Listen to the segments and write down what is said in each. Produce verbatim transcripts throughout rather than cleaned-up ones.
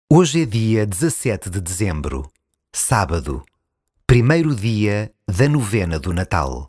Hoje é dia dezassete de dezembro, sábado, primeiro dia da novena do Natal.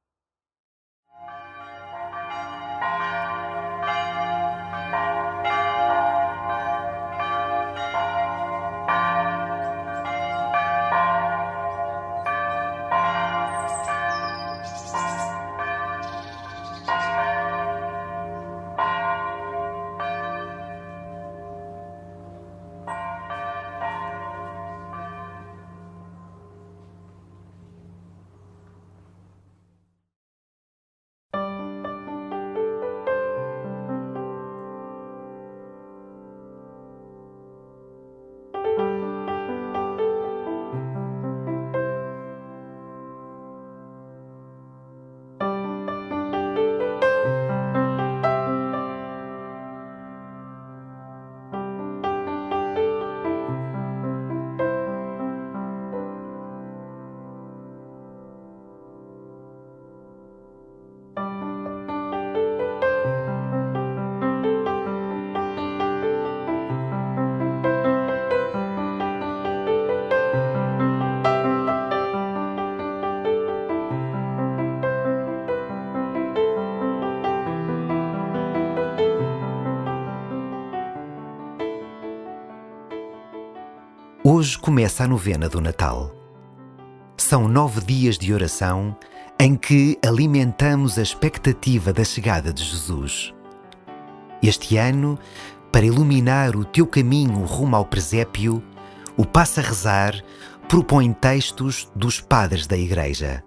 Hoje começa a novena do Natal. São nove dias de oração em que alimentamos a expectativa da chegada de Jesus. Este ano, para iluminar o teu caminho rumo ao presépio, o Passa a Rezar propõe textos dos padres da Igreja.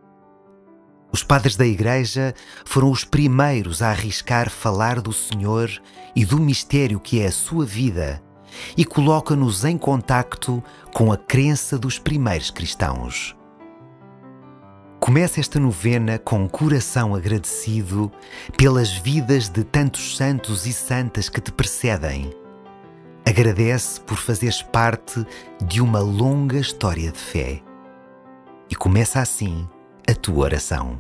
Os padres da Igreja foram os primeiros a arriscar falar do Senhor e do mistério que é a sua vida, e coloca-nos em contacto com a crença dos primeiros cristãos. Começa esta novena com um coração agradecido pelas vidas de tantos santos e santas que te precedem. Agradece por fazeres parte de uma longa história de fé. E começa assim a tua oração.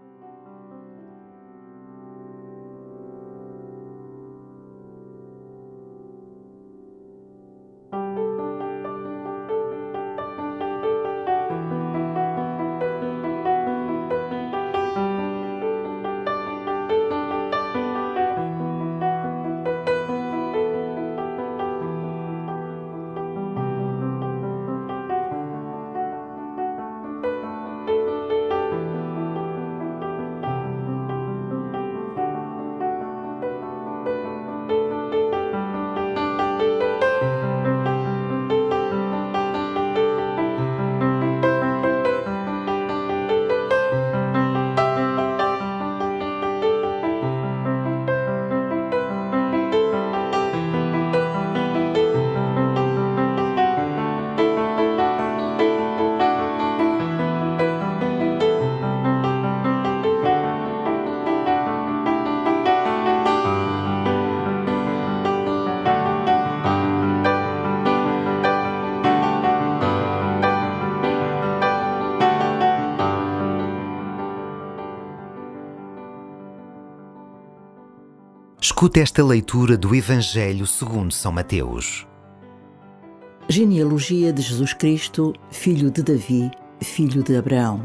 Escuta esta leitura do Evangelho segundo São Mateus. Genealogia de Jesus Cristo, filho de Davi, filho de Abraão.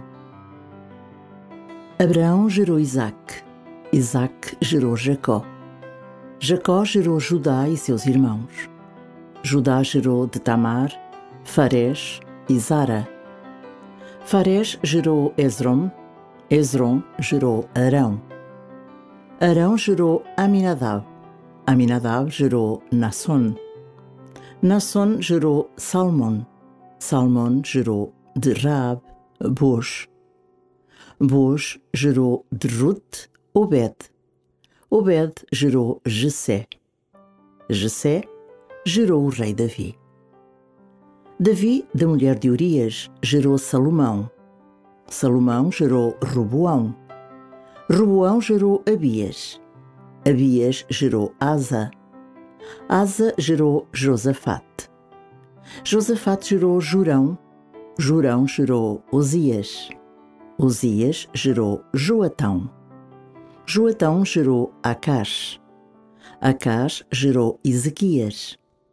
Abraão gerou Isaque, Isaque gerou Jacó. Jacó gerou Judá e seus irmãos. Judá gerou de Tamar, Farés e Zara. Farés gerou Esrom, Esrom gerou Arão. Arão gerou Aminadab, Aminadab gerou Nasson. Nasson gerou Salmon, Salmon gerou de Raab, Boz. Boz gerou de Ruth, Obed. Obed gerou Jessé. Jessé gerou o rei Davi. Davi, da mulher de Urias, gerou Salomão. Salomão gerou Roboão. Roboão gerou Abias. Abias gerou Asa. Asa gerou Josafate. Josafate gerou Jorão. Jorão gerou Osias. Osias gerou Joatão. Joatão gerou Acás. Acás gerou Ezequias.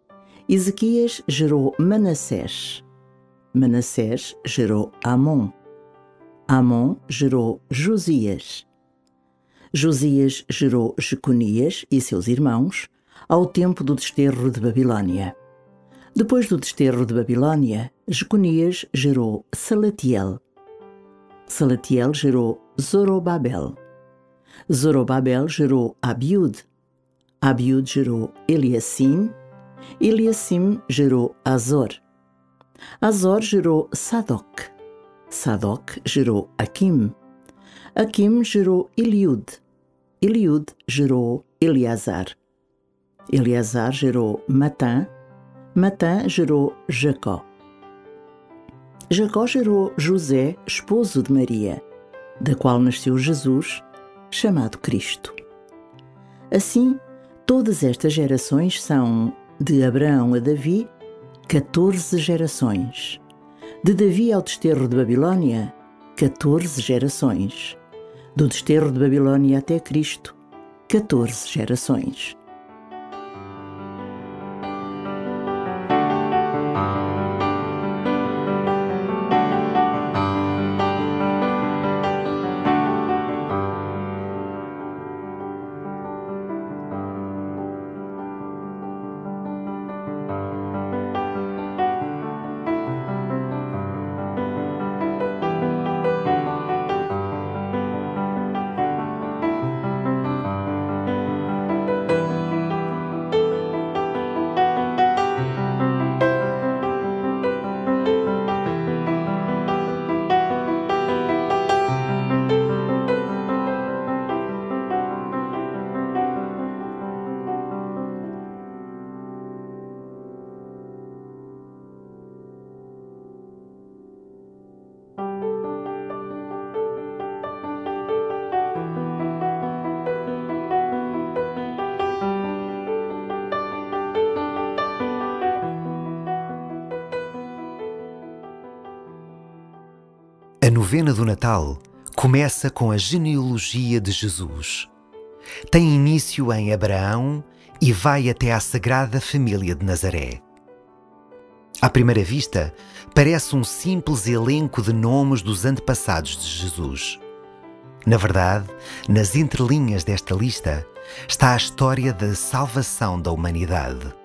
Ezequias gerou Manassés. Manassés gerou Amon. Amon gerou Josias. Josias gerou Jeconias e seus irmãos ao tempo do desterro de Babilônia. Depois do desterro de Babilônia, Jeconias gerou Salatiel. Salatiel gerou Zorobabel. Zorobabel gerou Abiúde. Abiúde gerou Eliacim. Eliacim gerou Azor. Azor gerou Sadoc. Sadoc gerou Aquim. Aquim gerou Eliúde. Eliúde gerou Eleazar. Eleazar gerou Matã. Matã gerou Jacó. Jacó gerou José, esposo de Maria, da qual nasceu Jesus, chamado Cristo. Assim, todas estas gerações são, de Abraão a Davi, catorze gerações. De Davi ao desterro de Babilônia, catorze gerações. Do desterro de Babilônia até Cristo, catorze gerações. A novena do Natal começa com a genealogia de Jesus. Tem início em Abraão e vai até à Sagrada Família de Nazaré. À primeira vista, parece um simples elenco de nomes dos antepassados de Jesus. Na verdade, nas entrelinhas desta lista está a história da salvação da humanidade.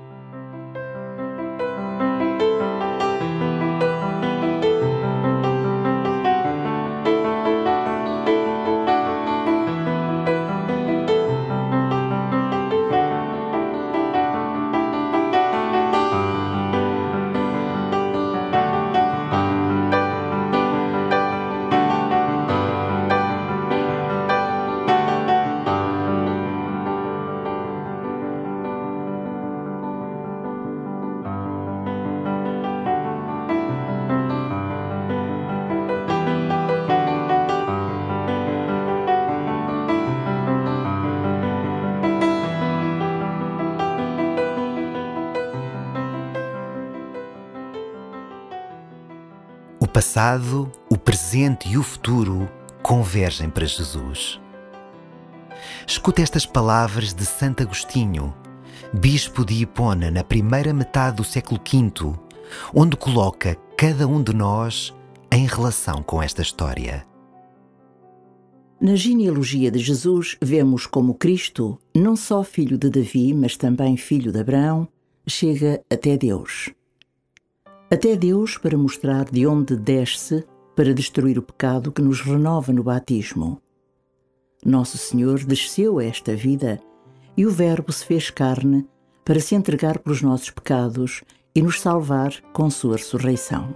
O passado, o presente e o futuro convergem para Jesus. Escuta estas palavras de Santo Agostinho, bispo de Hipona na primeira metade do século quinto, onde coloca cada um de nós em relação com esta história. Na genealogia de Jesus, vemos como Cristo, não só filho de Davi, mas também filho de Abraão, chega até Deus. Até Deus para mostrar de onde desce para destruir o pecado que nos renova no batismo. Nosso Senhor desceu a esta vida e o Verbo se fez carne para se entregar pelos nossos pecados e nos salvar com sua ressurreição.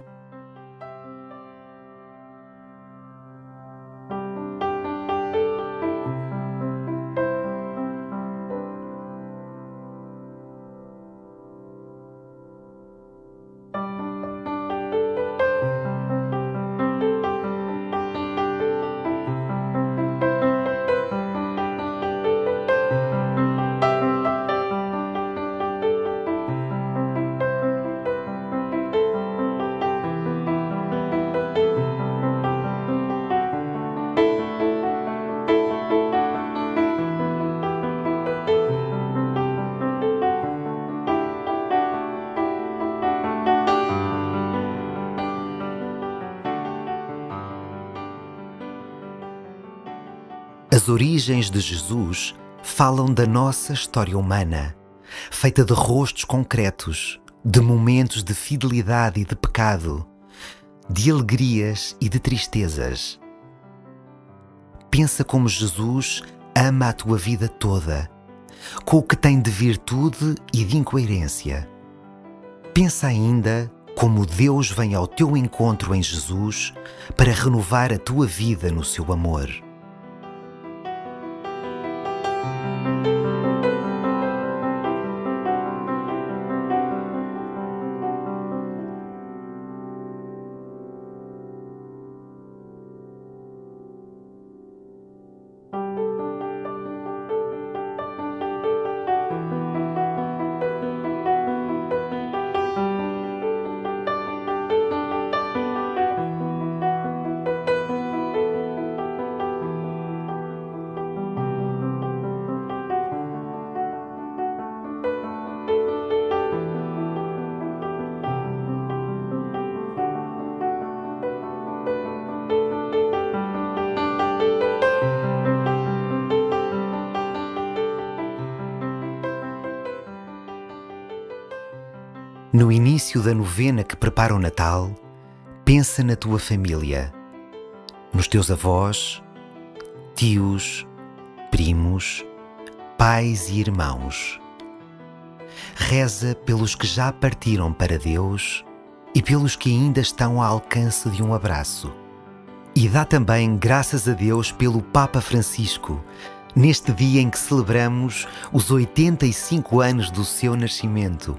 As origens de Jesus falam da nossa história humana, feita de rostos concretos, de momentos de fidelidade e de pecado, de alegrias e de tristezas. Pensa como Jesus ama a tua vida toda, com o que tem de virtude e de incoerência. Pensa ainda como Deus vem ao teu encontro em Jesus para renovar a tua vida no seu amor. No início da novena que prepara o Natal, pensa na tua família, nos teus avós, tios, primos, pais e irmãos. Reza pelos que já partiram para Deus e pelos que ainda estão ao alcance de um abraço. E dá também graças a Deus pelo Papa Francisco, neste dia em que celebramos os oitenta e cinco anos do seu nascimento.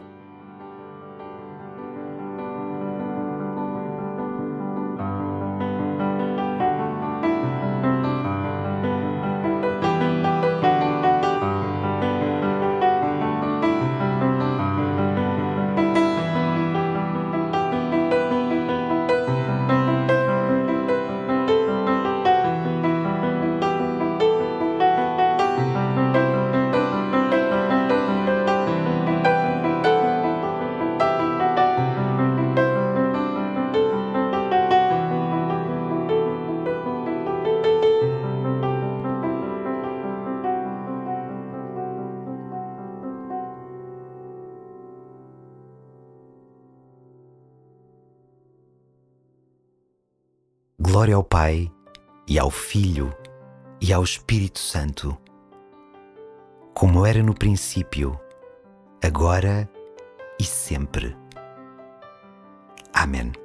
Glória ao Pai, e ao Filho, e ao Espírito Santo, como era no princípio, agora e sempre. Amém.